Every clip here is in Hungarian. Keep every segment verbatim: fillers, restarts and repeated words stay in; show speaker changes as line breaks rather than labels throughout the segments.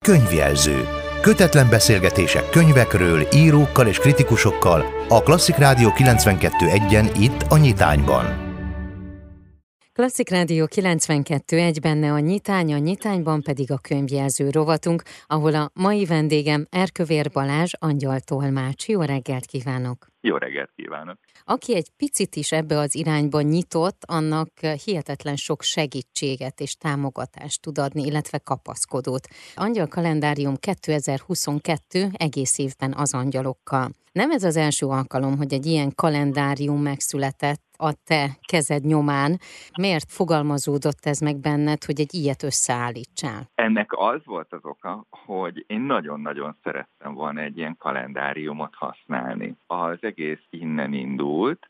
Könyvjelző. Kötetlen beszélgetések könyvekről, írókkal és kritikusokkal a Klasszik Rádió kilencvenkettő egyen itt a Nyitányban.
Klasszik Rádió kilencvenkettő egy, benne a Nyitány, a Nyitányban pedig a könyvjelző rovatunk, ahol a mai vendégem Erkövér Balázs angyaltolmács. Jó reggelt kívánok!
Jó reggelt kívánok!
Aki egy picit is ebbe az irányba nyitott, annak hihetetlen sok segítséget és támogatást tud adni, illetve kapaszkodót. Angyal kalendárium kétezer-huszonkettő egész évben az angyalokkal. Nem ez az első alkalom, hogy egy ilyen kalendárium megszületett a te kezed nyomán. Miért fogalmazódott ez meg benned, hogy egy ilyet összeállítsál?
Ennek az volt az oka, hogy én nagyon-nagyon szerettem volna egy ilyen kalendáriumot használni. Az egész innen indult.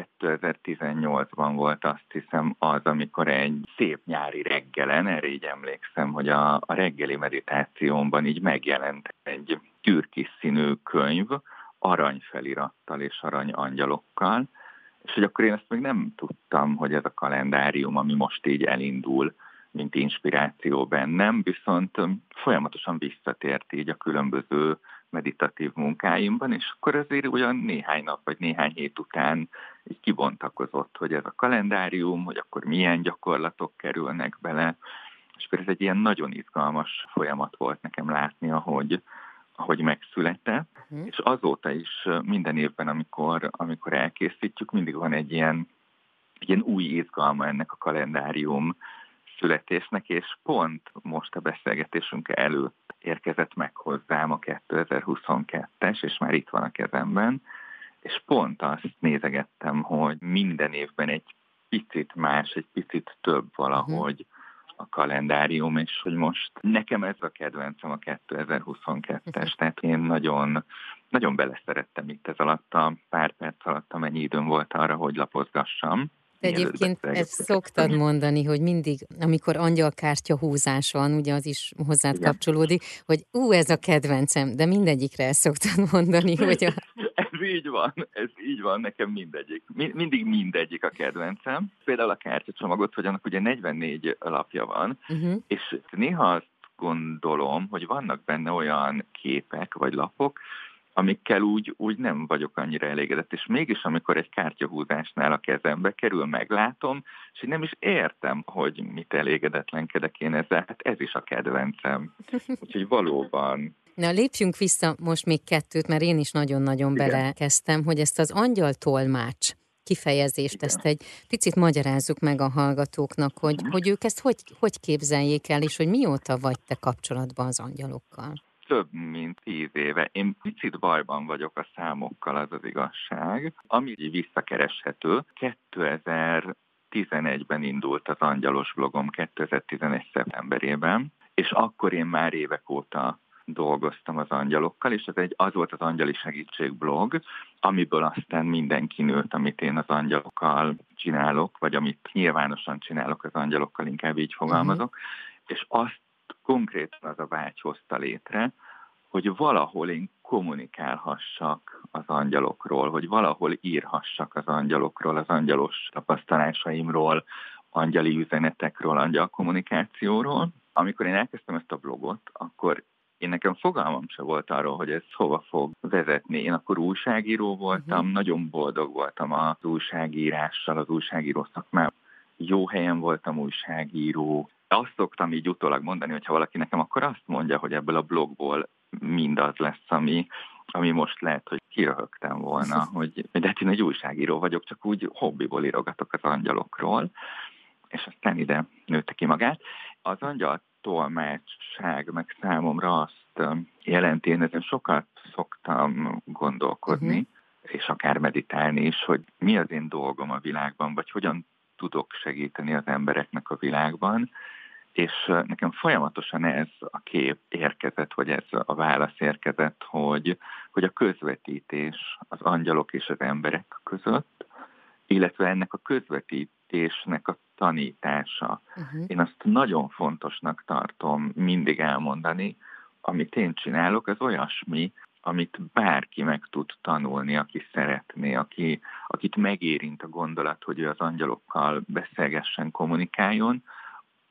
kétezer-tizennyolcban volt, azt hiszem, az, amikor egy szép nyári reggelen, erre így emlékszem, hogy a, a reggeli meditációmban így megjelent egy türkis színű könyv, aranyfelirattal és aranyangyalokkal, és hogy akkor én ezt még nem tudtam, hogy ez a kalendárium, ami most így elindul, mint inspiráció bennem, viszont folyamatosan visszatért így a különböző meditatív munkáimban, és akkor azért olyan néhány nap vagy néhány hét után így kibontakozott, hogy ez a kalendárium, hogy akkor milyen gyakorlatok kerülnek bele, és akkor ez egy ilyen nagyon izgalmas folyamat volt nekem látni, ahogy ahogy megszületett, uh-huh. és azóta is minden évben, amikor, amikor elkészítjük, mindig van egy ilyen, egy ilyen új izgalma ennek a kalendárium születésnek, és pont most a beszélgetésünk előtt érkezett meg hozzám a kétezer-huszonkettes, és már itt van a kezemben, és pont azt nézegettem, hogy minden évben egy picit más, egy picit több valahogy, uh-huh. a kalendárium, és hogy most nekem ez a kedvencem a kétezer-huszonkettes, tehát én nagyon, nagyon beleszerettem itt ez alatt a pár perc alatt, amennyi időm volt arra, hogy lapozgassam.
De egyébként ezt szoktad mondani, hogy mindig, amikor angyalkártya húzás van, ugye az is hozzád Igen. kapcsolódik, hogy ú, ez a kedvencem, de mindegyikre ezt szoktad mondani, hogy a...
Ez így van, ez így van, nekem mindegyik. Mindig mindegyik a kedvencem. Például a kártyacsomagot, hogy annak ugye negyvennégy lapja van, uh-huh. és néha azt gondolom, hogy vannak benne olyan képek vagy lapok, amikkel úgy, úgy nem vagyok annyira elégedett, és mégis amikor egy kártyahúzásnál a kezembe kerül, meglátom, és én nem is értem, hogy mit elégedetlenkedek én ezzel, hát ez is a kedvencem. Úgyhogy valóban...
Na, lépjünk vissza most még kettőt, mert én is nagyon-nagyon Igen. belekezdtem, hogy ezt az angyaltolmács kifejezést, Igen. ezt egy picit magyarázzuk meg a hallgatóknak, hogy, hogy ők ezt hogy, hogy képzeljék el, és hogy mióta vagy te kapcsolatban az angyalokkal?
Több mint tíz éve. Én picit bajban vagyok a számokkal, az az igazság. Ami visszakereshető, kétezer-tizenegyben indult az angyalos blogom, kétezer-tizenegy szeptemberében, és akkor én már évek óta dolgoztam az angyalokkal, és ez egy, az volt az Angyali Segítség blog, amiből aztán mindenki nőtt, amit én az angyalokkal csinálok, vagy amit nyilvánosan csinálok az angyalokkal, inkább így fogalmazok, uh-huh. és azt konkrétan az a vágy hozta létre, hogy valahol én kommunikálhassak az angyalokról, hogy valahol írhassak az angyalokról, az angyalos tapasztalásaimról, angyali üzenetekről, angyal kommunikációról. Amikor én elkezdtem ezt a blogot, akkor én nekem fogalmam se volt arról, hogy ez hova fog vezetni. Én akkor újságíró voltam, uh-huh. nagyon boldog voltam az újságírással, az újságíró szakmában. Jó helyen voltam újságíró. Azt szoktam így utólag mondani, hogyha valaki nekem akkor azt mondja, hogy ebből a blogból mindaz lesz, ami, ami most lehet, hogy kiröhögtem volna, hogy de hát én egy újságíró vagyok, csak úgy hobbiból írogatok az angyalokról, és aztán ide nőtte ki magát. Az angyal tolmácsság meg számomra azt jelenti, én ezen sokat szoktam gondolkodni, uh-huh. és akár meditálni is, hogy mi az én dolgom a világban, vagy hogyan tudok segíteni az embereknek a világban, és nekem folyamatosan ez a kép érkezett, vagy ez a válasz érkezett, hogy, hogy a közvetítés az angyalok és az emberek között, illetve ennek a közvetítésnek a tanítása. Uh-huh. Én azt nagyon fontosnak tartom mindig elmondani, amit én csinálok, az olyasmi, amit bárki meg tud tanulni, aki szeretné, aki, akit megérint a gondolat, hogy ő az angyalokkal beszélgessen, kommunikáljon,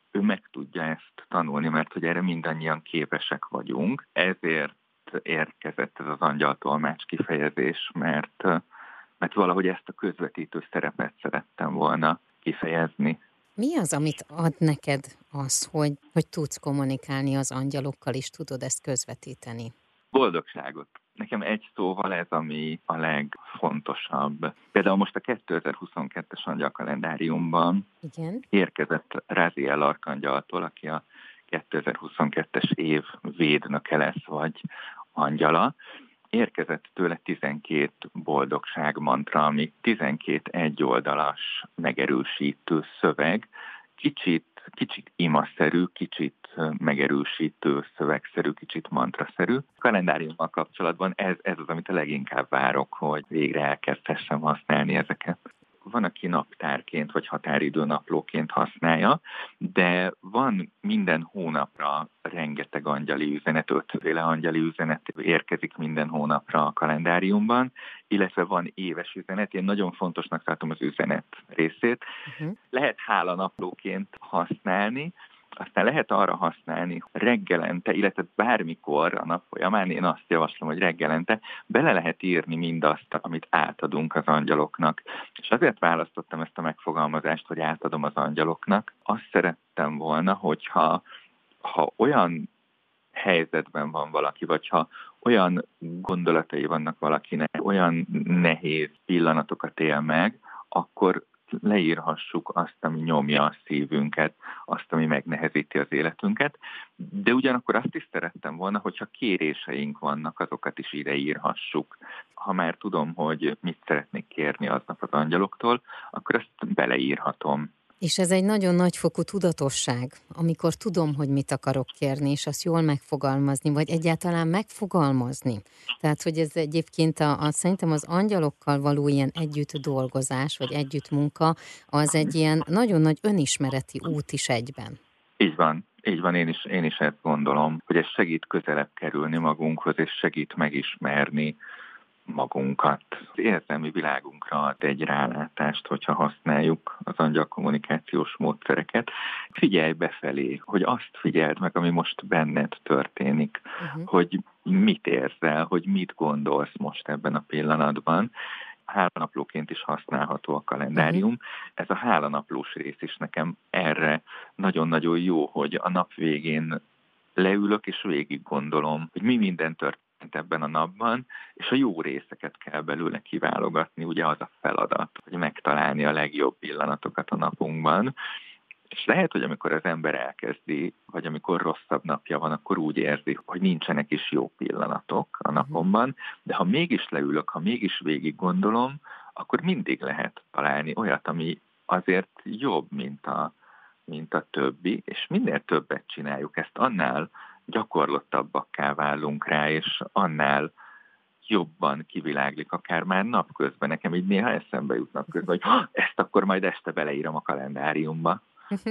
ő meg tudja ezt tanulni, mert hogy erre mindannyian képesek vagyunk. Ezért érkezett ez az angyaltolmács kifejezés, mert, mert valahogy ezt a közvetítő szerepet szerettem volna kifejezni.
Mi az, amit ad neked az, hogy, hogy tudsz kommunikálni az angyalokkal, és tudod ezt közvetíteni?
Boldogságot. Nekem egy szóval ez, ami a legfontosabb. Például most a kétezer-huszonkettes angyalkalendáriumban
Igen.
érkezett Raziel arkangyaltól, aki a kétezer-huszonkettes év védnöke lesz, vagy angyala. Érkezett tőle tizenkét boldogság mantra, ami tizenkét egyoldalas megerősítő szöveg, kicsit, kicsit imaszerű, kicsit megerősítő szövegszerű, kicsit mantraszerű. A kalendáriummal kapcsolatban ez, ez az, amit a leginkább várok, hogy végre elkezdhessem használni ezeket. Van, aki naptárként vagy határidő naplóként használja, de van minden hónapra rengeteg angyali üzenet, ötféle angyali üzenet érkezik minden hónapra a kalendáriumban, illetve van éves üzenet. Én nagyon fontosnak tartom az üzenet részét. Uh-huh. Lehet hálanaplóként használni, aztán lehet arra használni reggelente, illetve bármikor a nap folyamán, én azt javaslom, hogy reggelente bele lehet írni mindazt, amit átadunk az angyaloknak. És azért választottam ezt a megfogalmazást, hogy átadom az angyaloknak. Azt szerettem volna, hogyha ha olyan helyzetben van valaki, vagy ha olyan gondolatai vannak valakinek, olyan nehéz pillanatokat él meg, akkor leírhassuk azt, ami nyomja a szívünket, azt, ami megnehezíti az életünket, de ugyanakkor azt is szerettem volna, hogyha kéréseink vannak, azokat is ide írhassuk. Ha már tudom, hogy mit szeretnék kérni aznap az angyaloktól, akkor ezt beleírhatom.
És ez egy nagyon nagyfokú tudatosság, amikor tudom, hogy mit akarok kérni, és azt jól megfogalmazni, vagy egyáltalán megfogalmazni. Tehát, hogy ez egyébként a, a, szerintem az angyalokkal való ilyen együtt dolgozás, vagy együtt munka, az egy ilyen nagyon nagy önismereti út is egyben.
Így van. Így van, én is, én is ezt gondolom, hogy ez segít közelebb kerülni magunkhoz, és segít megismerni magunkat. Az érzelmi világunkra ad egy rálátást, hogyha használjuk az angyalkommunikációs módszereket. Figyelj befelé, hogy azt figyeld meg, ami most benned történik, uh-huh. hogy mit érzel, hogy mit gondolsz most ebben a pillanatban. Hálanaplóként is használható a kalendárium. Uh-huh. Ez a hálanaplós rész is nekem erre nagyon-nagyon jó, hogy a nap végén leülök és végig gondolom, hogy mi minden történik ebben a napban, és a jó részeket kell belőle kiválogatni, ugye az a feladat, hogy megtalálni a legjobb pillanatokat a napunkban. És lehet, hogy amikor az ember elkezdi, vagy amikor rosszabb napja van, akkor úgy érzi, hogy nincsenek is jó pillanatok a napomban, de ha mégis leülök, ha mégis végig gondolom, akkor mindig lehet találni olyat, ami azért jobb, mint a, mint a többi, és minél többet csináljuk ezt, annál gyakorlottabbakká válunk rá, és annál jobban kiviláglik, akár már napközben. Nekem így néha eszembe jut napközben, hogy ezt akkor majd este beleírom a kalendáriumba.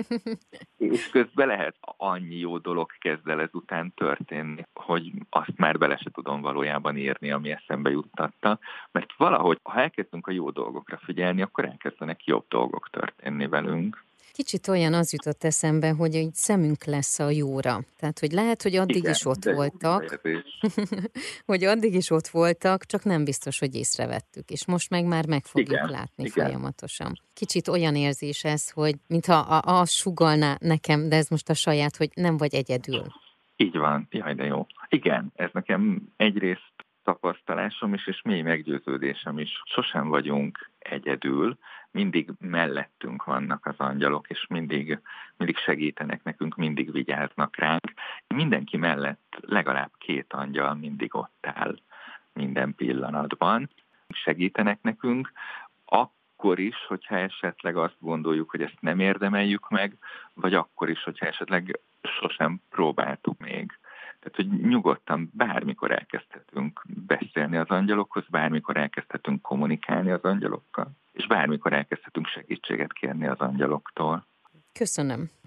És közben lehet annyi jó dolog kezd el ezután történni, hogy azt már bele se tudom valójában írni, ami eszembe juttatta, mert valahogy, ha elkezdünk a jó dolgokra figyelni, akkor elkezdenek jobb dolgok történni velünk.
Kicsit olyan az jutott eszembe, hogy egy szemünk lesz a jóra. Tehát, hogy lehet, hogy addig
Igen,
is ott voltak, hogy addig is ott voltak, csak nem biztos, hogy észrevettük, és most meg már meg fogjuk igen, látni igen. folyamatosan. Kicsit olyan érzés ez, hogy mintha az sugallná nekem, de ez most a saját, hogy nem vagy egyedül.
Így van, jaj, de jó. Igen, ez nekem egyrészt tapasztalásom is, és mély meggyőződésem is. Sosem vagyunk egyedül, mindig mellettünk vannak az angyalok, és mindig, mindig segítenek nekünk, mindig vigyáznak ránk. Mindenki mellett legalább két angyal mindig ott áll minden pillanatban. Segítenek nekünk, akkor is, hogyha esetleg azt gondoljuk, hogy ezt nem érdemeljük meg, vagy akkor is, hogyha esetleg sosem próbáltuk még. Tehát, hogy nyugodtan bármikor elkezdhetünk beszélni az angyalokhoz, bármikor elkezdhetünk kommunikálni az angyalokkal, és bármikor elkezdhetünk segítséget kérni az angyaloktól.
Köszönöm,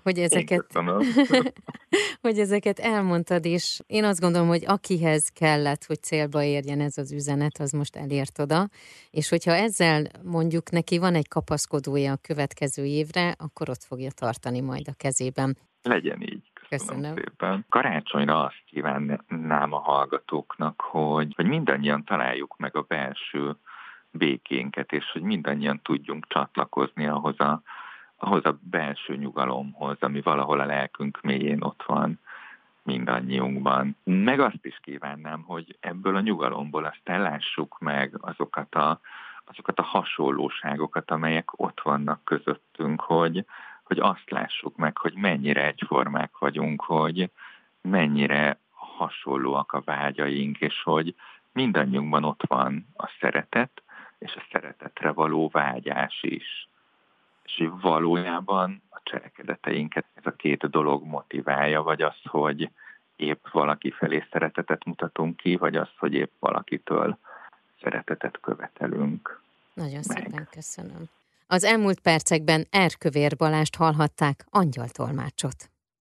hogy ezeket, hogy ezeket elmondtad, és én azt gondolom, hogy akihez kellett, hogy célba érjen ez az üzenet, az most elért oda, és hogyha ezzel mondjuk neki van egy kapaszkodója a következő évre, akkor ott fogja tartani majd a kezében.
Legyen így. Köszönöm,
Köszönöm
szépen. Karácsonyra azt kívánnám a hallgatóknak, hogy, hogy mindannyian találjuk meg a belső békénket, és hogy mindannyian tudjunk csatlakozni ahhoz a, ahhoz a belső nyugalomhoz, ami valahol a lelkünk mélyén ott van mindannyiunkban. Meg azt is kívánnám, hogy ebből a nyugalomból aztán lássuk meg azokat a, azokat a hasonlóságokat, amelyek ott vannak közöttünk, hogy, hogy azt lássuk meg, hogy mennyire egyformák vagyunk, hogy mennyire hasonlóak a vágyaink, és hogy mindannyiunkban ott van a szeretet, és a szeretetre való vágyás is. És valójában a cselekedeteinket ez a két dolog motiválja, vagy az, hogy épp valaki felé szeretetet mutatunk ki, vagy az, hogy épp valakitől szeretetet követelünk.
Nagyon
meg.
szépen köszönöm. Az elmúlt percekben Erkövér Balást hallhatták, angyaltolmácsot.